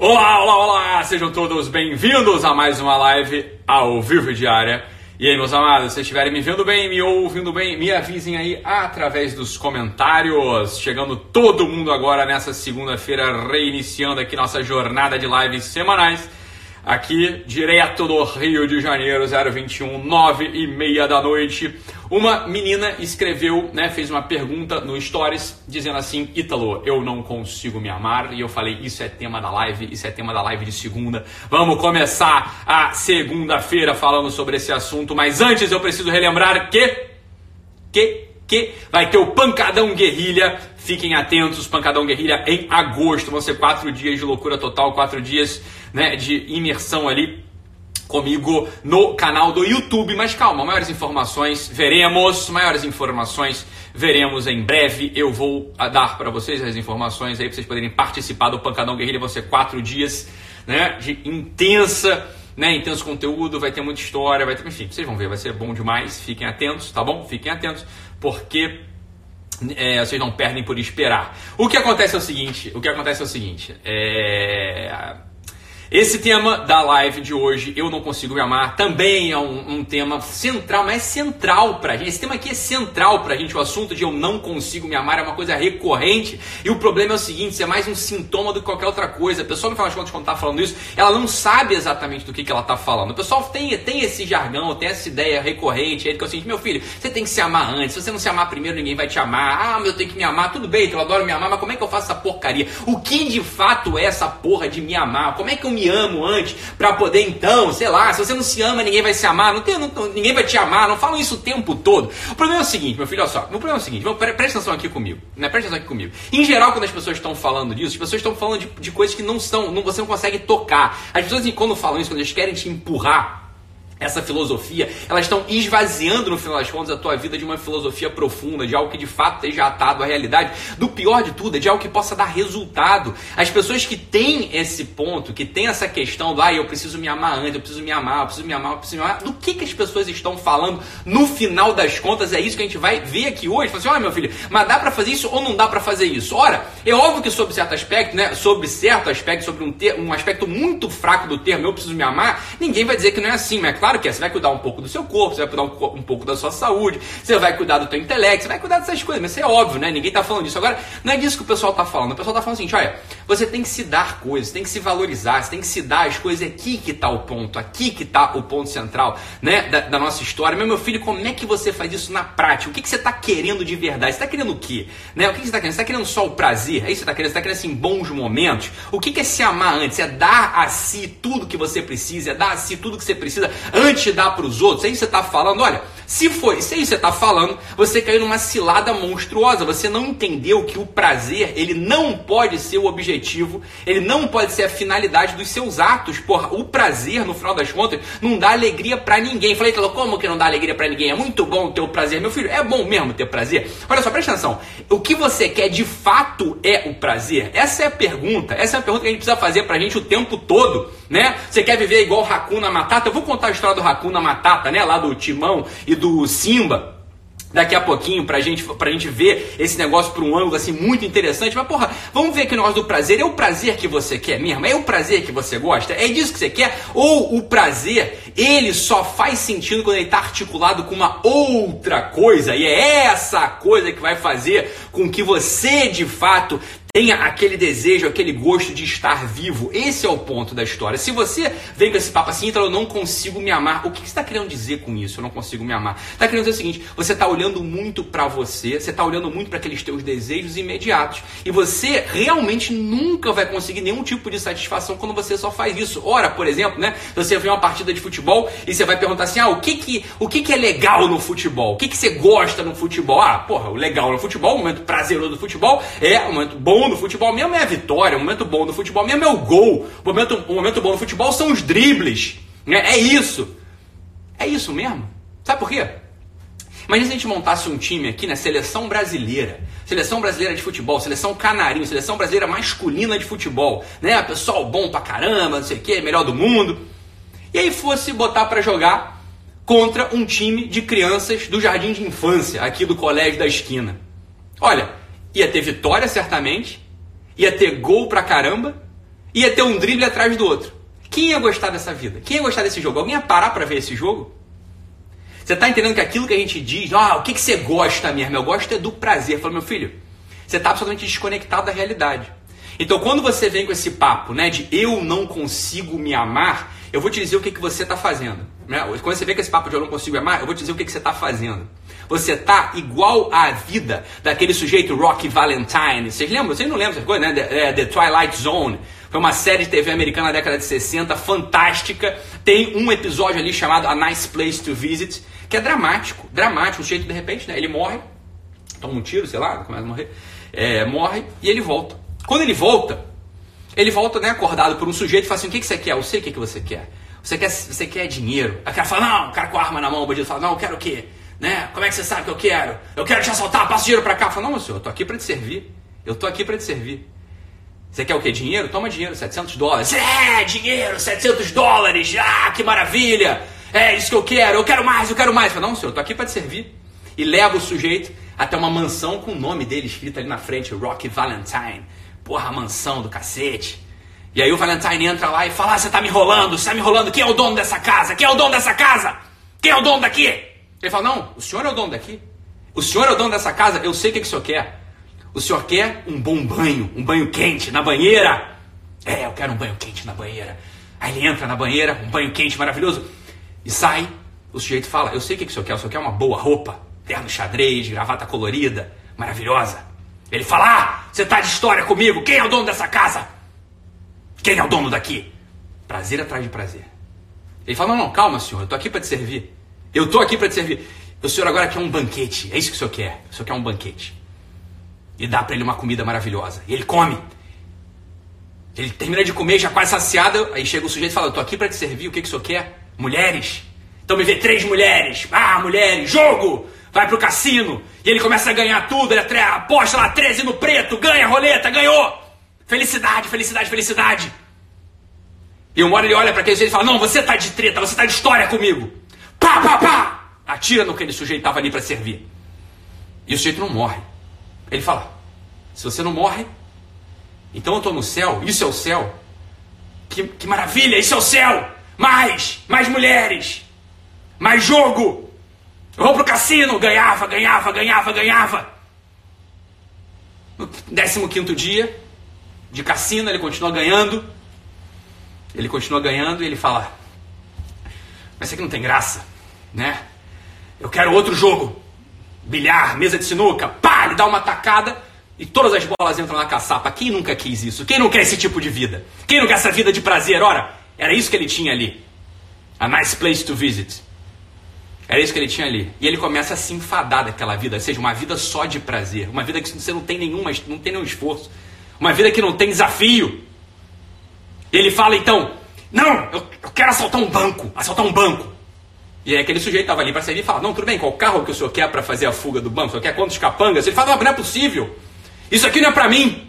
Olá, olá, olá! Sejam todos bem-vindos a mais uma live ao vivo diária. E aí, meus amados, se estiverem me vendo bem, me ouvindo bem, me avisem aí através dos comentários. Chegando todo mundo agora nessa segunda-feira, reiniciando aqui nossa jornada de lives semanais. Aqui, direto do Rio de Janeiro, 021, 9h30 da noite. Uma menina escreveu, fez uma pergunta no Stories, dizendo assim: Ítalo, eu não consigo me amar. E eu falei, isso é tema da live, isso é tema da live de segunda. Vamos começar a segunda-feira falando sobre esse assunto. Mas antes eu preciso relembrar que vai ter o Pancadão Guerrilha. Fiquem atentos, Pancadão Guerrilha em agosto. Vão ser 4 dias de loucura total, 4 dias de imersão ali comigo no canal do YouTube. Mas calma, maiores informações veremos em breve. Eu vou dar para vocês as informações aí para vocês poderem participar do Pancadão Guerrilha. Vão ser 4 dias de intenso conteúdo, vai ter muita história, vai ter, enfim, vocês vão ver, vai ser bom demais. Fiquem atentos, tá bom? Fiquem atentos, porque vocês não perdem por esperar. O que acontece é o seguinte, esse tema da live de hoje, eu não consigo me amar, também é um tema central, mas é central pra gente. Esse tema aqui é central pra gente, o assunto de eu não consigo me amar é uma coisa recorrente. E o problema é o seguinte, isso é mais um sintoma do que qualquer outra coisa. A pessoa, no final das contas, quando tá falando isso, ela não sabe exatamente do que ela tá falando. O pessoal tem esse jargão, tem essa ideia recorrente aí, que é o seguinte: meu filho, você tem que se amar antes. Se você não se amar primeiro, ninguém vai te amar. Eu tenho que me amar. Tudo bem, eu adoro me amar, mas como é que eu faço essa porcaria? O que de fato é essa porra de me amar? Como é que eu me amo antes pra poder, então, sei lá, se você não se ama, ninguém vai se amar, ninguém vai te amar, não falam isso o tempo todo. O problema é o seguinte, meu filho, olha só, o problema é o seguinte, presta atenção aqui comigo, Em geral, quando as pessoas estão falando disso, as pessoas estão falando de coisas que você não consegue tocar. As pessoas, quando falam isso, quando eles querem te empurrar essa filosofia, elas estão esvaziando, no final das contas, a tua vida de uma filosofia profunda, de algo que de fato esteja atado à realidade. Do pior de tudo, é de algo que possa dar resultado. As pessoas que têm esse ponto, que têm essa questão do eu preciso me amar antes, eu preciso me amar, do que as pessoas estão falando, no final das contas, é isso que a gente vai ver aqui hoje. Fala assim: olha, meu filho, mas dá pra fazer isso ou não dá pra fazer isso? Ora, é óbvio que sobre certo aspecto, sobre um aspecto muito fraco do termo eu preciso me amar, ninguém vai dizer que não é assim, mas é claro que você vai cuidar um pouco do seu corpo, você vai cuidar um pouco da sua saúde, você vai cuidar do teu intelecto, você vai cuidar dessas coisas, mas isso é óbvio, Ninguém tá falando disso. Agora, não é disso que o pessoal tá falando. O pessoal tá falando o seguinte: olha, você tem que se dar coisas, você tem que se valorizar, você tem que se dar as coisas. Aqui que tá o ponto, aqui que tá o ponto central, da nossa história. Meu filho, como é que você faz isso na prática? O que você tá querendo de verdade? Você tá querendo o quê? O que você tá querendo? Você tá querendo só o prazer? É isso que você tá querendo? Você tá querendo, assim, bons momentos? O que é se amar antes? É dar a si tudo que você precisa, é dar a si tudo que você precisa antes de dar para os outros. É isso que você está falando. Olha, se é isso que você está falando, você caiu numa cilada monstruosa. Você não entendeu que o prazer, ele não pode ser o objetivo, ele não pode ser a finalidade dos seus atos. Porra, o prazer, no final das contas, não dá alegria para ninguém. Falei, como que não dá alegria para ninguém? É muito bom ter o prazer. Meu filho, é bom mesmo ter prazer? Olha só, presta atenção. O que você quer de fato é o prazer? Essa é a pergunta. Essa é a pergunta que a gente precisa fazer pra gente o tempo todo, Você quer viver igual o Hakuna Matata? Eu vou contar a história do Hakuna Matata, lá do Timão e do Simba, daqui a pouquinho, pra gente ver esse negócio por um ângulo assim muito interessante. Mas porra, vamos ver aqui o negócio do prazer. É o prazer que você quer mesmo? É o prazer que você gosta? É disso que você quer? Ou o prazer, ele só faz sentido quando ele está articulado com uma outra coisa, e é essa coisa que vai fazer com que você de fato tenha aquele desejo, aquele gosto de estar vivo? Esse é o ponto da história. Se você vem com esse papo assim, então eu não consigo me amar, o que você está querendo dizer com isso? Eu não consigo me amar. Está querendo dizer o seguinte: você está olhando muito para você está olhando muito para aqueles teus desejos imediatos, e você realmente nunca vai conseguir nenhum tipo de satisfação quando você só faz isso. Ora, por exemplo, você vê uma partida de futebol e você vai perguntar assim: o que é legal no futebol? O que você gosta no futebol? O legal no futebol, o momento prazeroso do futebol é o momento bom do futebol mesmo, é a vitória. O momento bom do futebol mesmo é o gol. O momento bom do futebol são os dribles, É isso. É isso mesmo. Sabe por quê? Imagina se a gente montasse um time aqui na seleção brasileira de futebol, seleção canarinho, seleção brasileira masculina de futebol, Pessoal bom pra caramba, não sei o que, melhor do mundo. E aí fosse botar pra jogar contra um time de crianças do jardim de infância, aqui do colégio da esquina. Olha, ia ter vitória certamente, ia ter gol pra caramba, ia ter um drible atrás do outro. Quem ia gostar dessa vida? Quem ia gostar desse jogo? Alguém ia parar para ver esse jogo? Você está entendendo que aquilo que a gente diz, o que você gosta mesmo? Eu gosto é do prazer. Eu falo, meu filho, você está absolutamente desconectado da realidade. Então, quando você vem com esse papo, né, de eu não consigo me amar, eu vou te dizer o que você está fazendo. Né? Quando você vem com esse papo de eu não consigo me amar, eu vou te dizer o que você está fazendo. Você está igual à vida daquele sujeito Rocky Valentine. Vocês lembram? Vocês não lembram dessa coisa, né? The Twilight Zone. Foi uma série de TV americana na década de 60, fantástica. Tem um episódio ali chamado A Nice Place to Visit, que é dramático. Dramático. O sujeito, de repente, né, ele morre, toma um tiro, sei lá, começa a morrer. Morre e ele volta. Quando ele volta, né, acordado por um sujeito e fala assim, o que você quer? Eu sei o que você quer. Você quer dinheiro. Aí o cara fala, não, o cara com a arma na mão, o bandido fala, não, eu quero o quê? Né? Como é que você sabe que eu quero? Eu quero te assaltar, passa dinheiro pra cá. Fala, não, meu senhor, eu tô aqui pra te servir. Eu tô aqui pra te servir. Você quer o quê? Dinheiro? Toma dinheiro, $700. Dinheiro, $700. Que maravilha. É isso que eu quero mais, eu quero mais. Fala, não, senhor, eu tô aqui pra te servir. E leva o sujeito até uma mansão com o nome dele escrito ali na frente, Rocky Valentine. Porra, a mansão do cacete. E aí o Valentine entra lá e fala, você tá me enrolando, quem é o dono dessa casa? Quem é o dono dessa casa? Quem é o dono daqui? Ele fala, não, o senhor é o dono daqui. O senhor é o dono dessa casa, eu sei o que o senhor quer. O senhor quer um bom banho, um banho quente na banheira? Eu quero um banho quente na banheira. Aí ele entra na banheira, um banho quente maravilhoso, e sai. O sujeito fala, eu sei o que o senhor quer uma boa roupa, terno xadrez, gravata colorida, maravilhosa. Ele fala, você tá de história comigo, quem é o dono dessa casa? Quem é o dono daqui? Prazer atrás de prazer. Ele fala, não, calma senhor, eu tô aqui para te servir. Eu tô aqui para te servir. O senhor agora quer um banquete, é isso que o senhor quer. O senhor quer um banquete. E dá para ele uma comida maravilhosa. E ele come. Ele termina de comer, já quase saciado. Aí chega o sujeito e fala, eu tô aqui para te servir, o que o senhor quer? Mulheres. Então me vê 3 mulheres. Mulheres, jogo! Vai pro cassino. E ele começa a ganhar tudo. Ele aposta lá 13 no preto, ganha a roleta, ganhou. Felicidade, felicidade, felicidade. E uma hora ele olha para aquele sujeito e fala, não, você tá de treta, você tá de história comigo. Pá, pá, pá! Atira no que aquele sujeito estava ali para servir. E o sujeito não morre. Ele fala, se você não morre, então eu estou no céu, isso é o céu. Que maravilha, isso é o céu. Mais mulheres, mais jogo. Eu vou pro cassino, ganhava. No 15º dia de cassino, ele continua ganhando. E ele fala, mas isso aqui não tem graça, né? Eu quero outro jogo. Bilhar, mesa de sinuca, pá, ele dá uma tacada e todas as bolas entram na caçapa. Quem nunca quis isso? Quem não quer esse tipo de vida? Quem não quer essa vida de prazer? Ora, era isso que ele tinha ali. A nice place to visit. Era isso que ele tinha ali. E ele começa a se enfadar daquela vida, ou seja, uma vida só de prazer. Uma vida que você não tem nenhum esforço. Uma vida que não tem desafio. E ele fala então, não, eu quero assaltar um banco. E aí aquele sujeito estava ali para sair e fala, não, tudo bem, qual carro que o senhor quer para fazer a fuga do banco? O senhor quer quantos capangas? Ele fala, não é possível. Isso aqui não é para mim.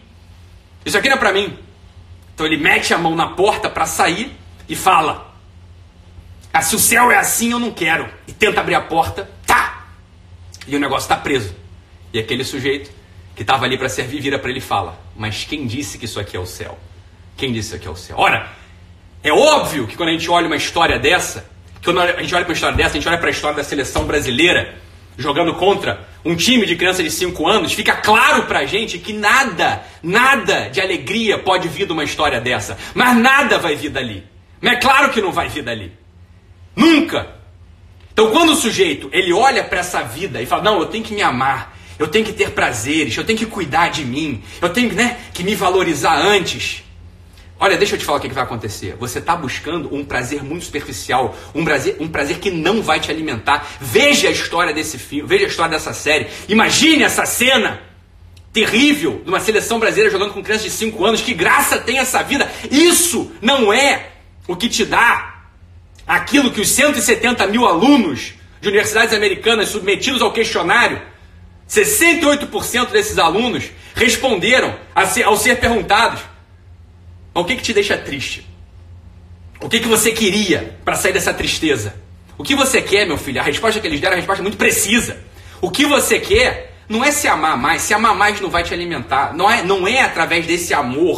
Então ele mete a mão na porta para sair e fala, se o céu é assim, eu não quero. E tenta abrir a porta, e o negócio está preso. E aquele sujeito que estava ali para servir vira para ele e fala, mas quem disse que isso aqui é o céu? Quem disse que isso aqui é o céu? Ora, é óbvio que quando a gente olha uma história dessa, a gente olha para a história da seleção brasileira jogando contra um time de criança de 5 anos, fica claro pra gente que nada de alegria pode vir de uma história dessa. Mas nada vai vir dali. Mas é claro que não vai vir dali. Nunca. Então quando o sujeito ele olha para essa vida e fala, não, eu tenho que me amar, eu tenho que ter prazeres, eu tenho que cuidar de mim, eu tenho que me valorizar antes. Olha, deixa eu te falar o que vai acontecer. Você está buscando um prazer muito superficial, um prazer que não vai te alimentar. Veja a história desse filme, veja a história dessa série. Imagine essa cena terrível de uma seleção brasileira jogando com crianças de 5 anos. Que graça tem essa vida. Isso não é o que te dá aquilo que os 170 mil alunos de universidades americanas submetidos ao questionário, 68% desses alunos responderam ao ser perguntados. O que te deixa triste? O que você queria para sair dessa tristeza? O que você quer, meu filho? A resposta que eles deram é uma resposta muito precisa. O que você quer não é se amar mais. Se amar mais não vai te alimentar. Não é através desse amor,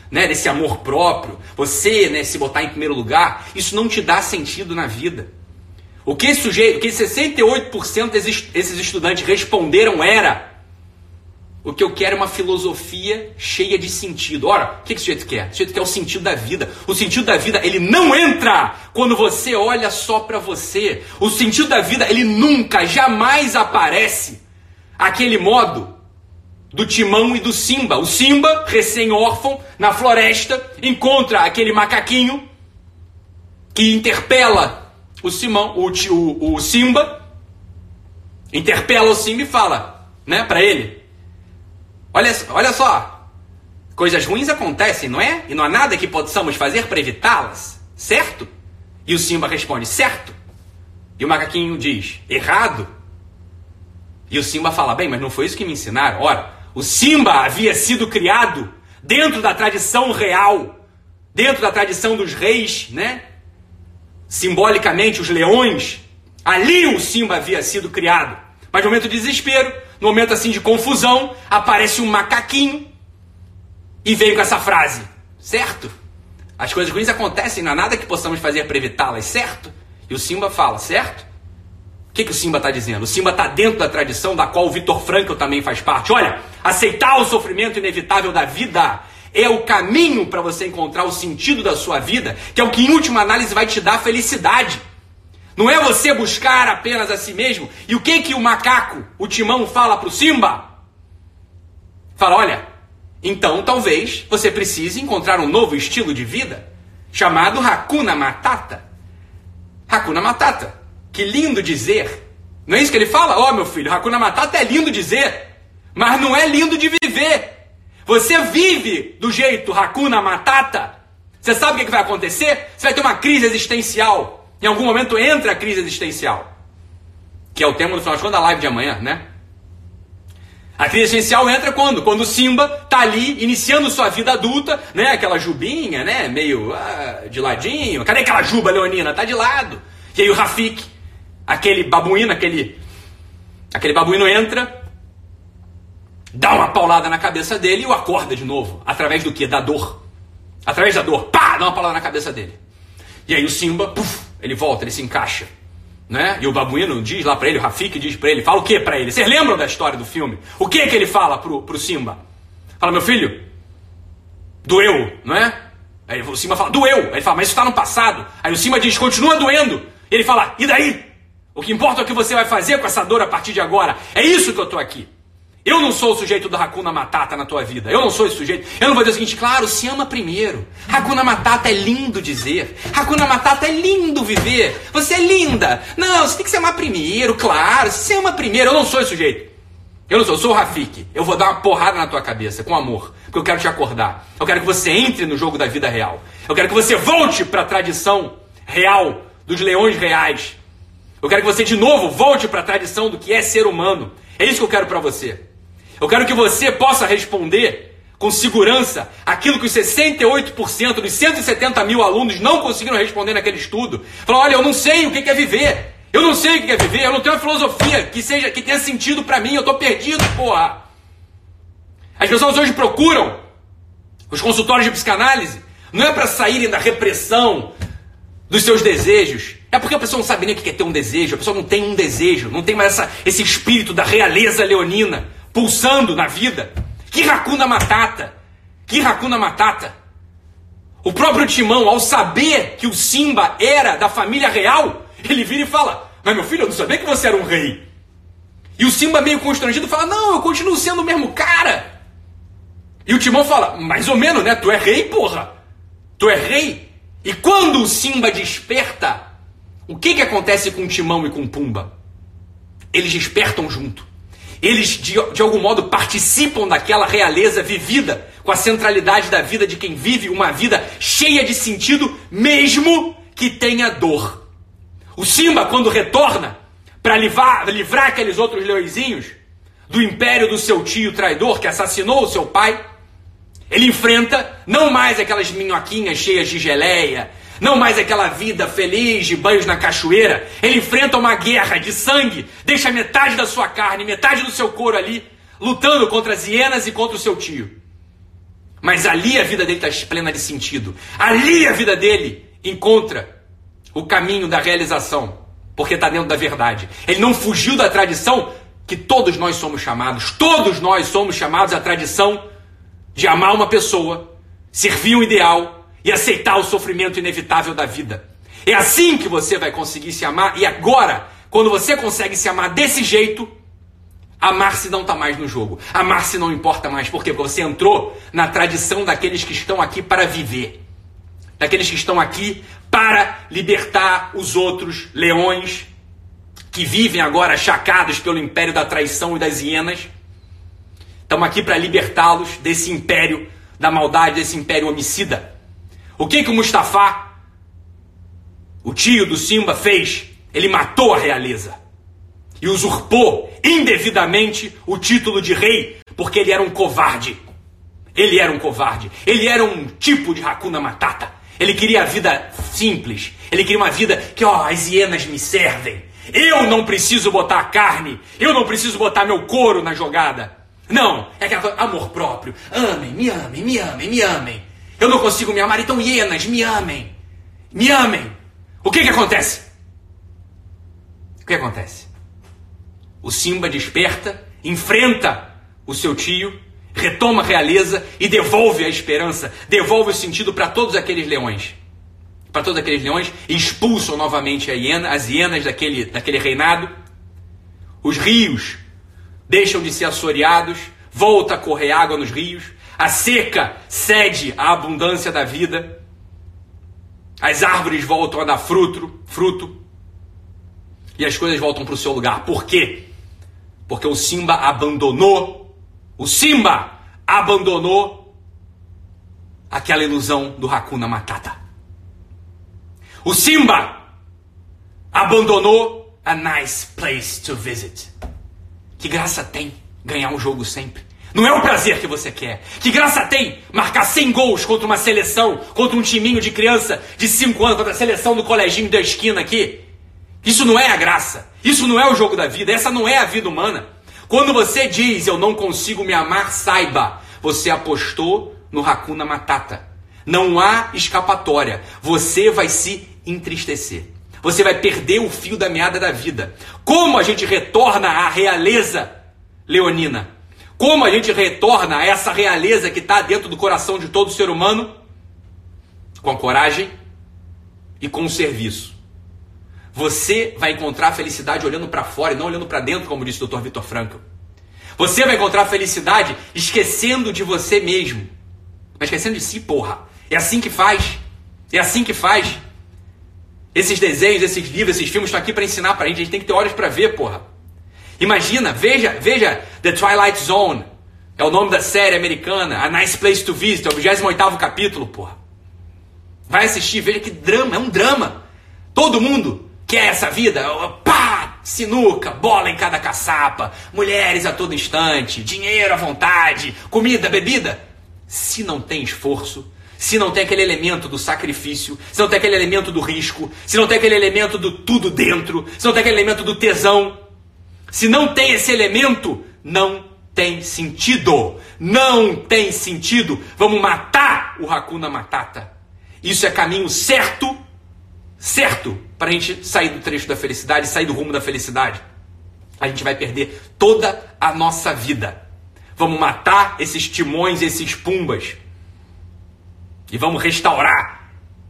né, desse amor próprio, você, né, se botar em primeiro lugar, isso não te dá sentido na vida. O que esse sujeito, o que 68% desses estudantes responderam era: o que eu quero é uma filosofia cheia de sentido. Ora, o que esse sujeito quer? O sujeito quer o sentido da vida. O sentido da vida, ele não entra quando você olha só para você. O sentido da vida, ele nunca, jamais aparece aquele modo do Timão e do Simba. O Simba, recém-órfão, na floresta, encontra aquele macaquinho que interpela o Simba, interpela o Simba e fala, né, para ele: olha só, coisas ruins acontecem, não é? E não há nada que possamos fazer para evitá-las, certo? E o Simba responde: certo. E o macaquinho diz: errado. E o Simba fala: bem, mas não foi isso que me ensinaram. Ora, o Simba havia sido criado dentro da tradição real, dentro da tradição dos reis, né? Simbolicamente, os leões. Ali o Simba havia sido criado. Mas no momento de desespero, no momento assim de confusão, aparece um macaquinho e veio com essa frase: certo? As coisas ruins acontecem, não há nada que possamos fazer para evitá-las, certo? E o Simba fala: certo? O que o Simba está dizendo? O Simba está dentro da tradição da qual o Viktor Frankl também faz parte. Olha, aceitar o sofrimento inevitável da vida é o caminho para você encontrar o sentido da sua vida, que é o que em última análise vai te dar felicidade. Não é você buscar apenas a si mesmo. E o que o macaco, o Timão, fala para o Simba? Fala: olha, então talvez você precise encontrar um novo estilo de vida chamado Hakuna Matata. Hakuna Matata. Que lindo dizer. Não é isso que ele fala? Ó, meu filho, Hakuna Matata é lindo dizer, mas não é lindo de viver. Você vive do jeito Hakuna Matata, você sabe o que vai acontecer? Você vai ter uma crise existencial. Em algum momento entra a crise existencial, que é o tema do final de contas da live de amanhã, né? A crise existencial entra quando? Quando o Simba tá ali iniciando sua vida adulta, né? Aquela jubinha, né? Meio de ladinho. Cadê aquela juba leonina? Tá de lado. E aí o Rafik, aquele babuíno entra, dá uma paulada na cabeça dele e o acorda de novo. Através do quê? Da dor. Através da dor. Pá! Dá uma paulada na cabeça dele. E aí o Simba, puf, ele volta, ele se encaixa. Né? E o babuíno diz lá pra ele, o Rafik diz pra ele, fala o que pra ele? Vocês lembram da história do filme? O que ele fala pro Simba? Fala: meu filho, doeu, não é? Aí o Simba fala: doeu. Aí ele fala: mas isso tá no passado. Aí o Simba diz: continua doendo. E ele fala: e daí? O que importa é o que você vai fazer com essa dor a partir de agora. É isso que eu tô aqui. Eu não sou o sujeito da Hakuna Matata na tua vida. Eu não sou esse sujeito. Eu não vou dizer o seguinte: claro, se ama primeiro. Hakuna Matata é lindo dizer. Hakuna Matata é lindo viver. Você é linda. Não, você tem que se amar primeiro, claro. Se ama primeiro. Eu não sou esse sujeito. Eu sou o Rafik. Eu vou dar uma porrada na tua cabeça com amor. Porque eu quero te acordar. Eu quero que você entre no jogo da vida real. Eu quero que você volte para a tradição real dos leões reais. Eu quero que você de novo volte para a tradição do que é ser humano. É isso que eu quero para você. Eu quero que você possa responder com segurança aquilo que os 68% dos 170 mil alunos não conseguiram responder naquele estudo. Falar: olha, eu não sei o que é viver. Eu não sei o que é viver. Eu não tenho uma filosofia que tenha sentido para mim. Eu tô perdido, porra. As pessoas hoje procuram os consultórios de psicanálise não é para saírem da repressão dos seus desejos. É porque a pessoa não sabe nem o que é ter um desejo. A pessoa não tem um desejo. Não tem mais esse espírito da realeza leonina pulsando na vida. Que Hakuna Matata. Que Hakuna Matata. O próprio Timão, ao saber que o Simba era da família real, ele vira e fala: mas meu filho, eu não sabia que você era um rei. E o Simba, meio constrangido, fala: não, eu continuo sendo o mesmo cara. E o Timão fala: mais ou menos, né? Tu é rei, porra. Tu é rei. E quando o Simba desperta, o que acontece com o Timão e com o Pumba? Eles despertam junto. Eles, de algum modo, participam daquela realeza vivida, com a centralidade da vida de quem vive uma vida cheia de sentido, mesmo que tenha dor. O Simba, quando retorna para livrar aqueles outros leõezinhos do império do seu tio traidor que assassinou o seu pai, ele enfrenta não mais aquelas minhoquinhas cheias de geleia, não mais aquela vida feliz de banhos na cachoeira. Ele enfrenta uma guerra de sangue, deixa metade da sua carne, metade do seu couro ali, lutando contra as hienas e contra o seu tio. Mas ali a vida dele está plena de sentido. Ali a vida dele encontra o caminho da realização, porque está dentro da verdade. Ele não fugiu da tradição que todos nós somos chamados. Todos nós somos chamados à tradição de amar uma pessoa, servir um ideal e aceitar o sofrimento inevitável da vida. É assim que você vai conseguir se amar. E agora, quando você consegue se amar desse jeito, amar-se não está mais no jogo. Amar-se não importa mais. Por quê? Porque você entrou na tradição daqueles que estão aqui para viver. Daqueles que estão aqui para libertar os outros leões que vivem agora achacados pelo império da traição e das hienas. Estamos aqui para libertá-los desse império da maldade, desse império homicida. O que o Mustafá, o tio do Simba, fez? Ele matou a realeza e usurpou indevidamente o título de rei, porque ele era um covarde. Ele era um covarde. Ele era um tipo de Hakuna Matata. Ele queria a vida simples. Ele queria uma vida que, as hienas me servem. Eu não preciso botar carne. Eu não preciso botar meu couro na jogada. Não, é aquela coisa, amor próprio. Amem, me amem, me amem, me amem. Eu não consigo me amar, então hienas, me amem. Me amem. O que acontece? O que acontece? O Simba desperta, enfrenta o seu tio, retoma a realeza e devolve a esperança, devolve o sentido para todos aqueles leões. Para todos aqueles leões, expulsam novamente as hienas daquele reinado. Os rios deixam de ser assoreados, volta a correr água nos rios, a seca cede à abundância da vida, as árvores voltam a dar fruto e as coisas voltam para o seu lugar. Por quê? Porque o Simba abandonou aquela ilusão do Hakuna Matata. O Simba abandonou a nice place to visit. Que graça tem ganhar um jogo sempre? Não é o prazer que você quer. Que graça tem marcar 100 gols contra uma seleção, contra um timinho de criança de 5 anos, contra a seleção do coleginho da esquina aqui? Isso não é a graça. Isso não é o jogo da vida. Essa não é a vida humana. Quando você diz, eu não consigo me amar, saiba, você apostou no Hakuna Matata. Não há escapatória. Você vai se entristecer. Você vai perder o fio da meada da vida. Como a gente retorna à realeza leonina? Como a gente retorna a essa realeza que está dentro do coração de todo ser humano? Com a coragem e com o serviço. Você vai encontrar felicidade olhando para fora e não olhando para dentro, como disse o Dr. Viktor Frankl. Você vai encontrar felicidade esquecendo de você mesmo. Mas esquecendo de si, porra. É assim que faz. É assim que faz. Esses desenhos, esses livros, esses filmes estão aqui para ensinar pra gente. A gente tem que ter olhos para ver, porra. Imagina, veja The Twilight Zone. É o nome da série americana. A Nice Place to Visit. É o 28º capítulo, porra. Vai assistir, veja que drama. É um drama. Todo mundo quer essa vida. Pá! Sinuca, bola em cada caçapa. Mulheres a todo instante. Dinheiro à vontade. Comida, bebida. Se não tem esforço, se não tem aquele elemento do sacrifício, se não tem aquele elemento do risco, se não tem aquele elemento do tudo dentro, se não tem aquele elemento do tesão, se não tem esse elemento, não tem sentido. Não tem sentido. Vamos matar o Hakuna Matata. Isso é caminho certo para a gente sair do trecho da felicidade, sair do rumo da felicidade. A gente vai perder toda a nossa vida. Vamos matar esses timões, esses pumbas. E vamos restaurar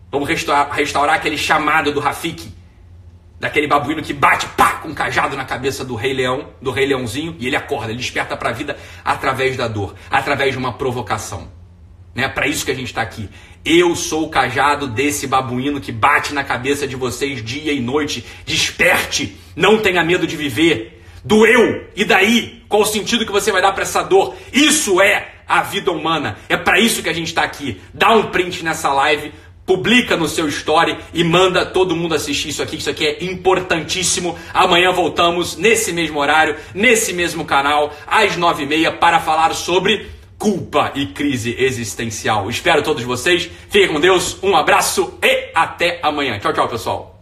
aquele chamado do Rafiki, daquele babuíno que bate com um cajado na cabeça do rei leão, do rei leãozinho, e ele acorda, ele desperta para a vida através da dor, através de uma provocação. É para isso que a gente está aqui. Eu sou o cajado desse babuíno que bate na cabeça de vocês dia e noite. Desperte, não tenha medo de viver. Doeu, e daí? Qual o sentido que você vai dar para essa dor? Isso é a vida humana. É para isso que a gente está aqui. Dá um print nessa live, publica no seu story e manda todo mundo assistir isso aqui. Isso aqui é importantíssimo. Amanhã voltamos nesse mesmo horário, nesse mesmo canal, às 9h30, para falar sobre culpa e crise existencial. Espero todos vocês. Fiquem com Deus. Um abraço e até amanhã. Tchau, tchau, pessoal.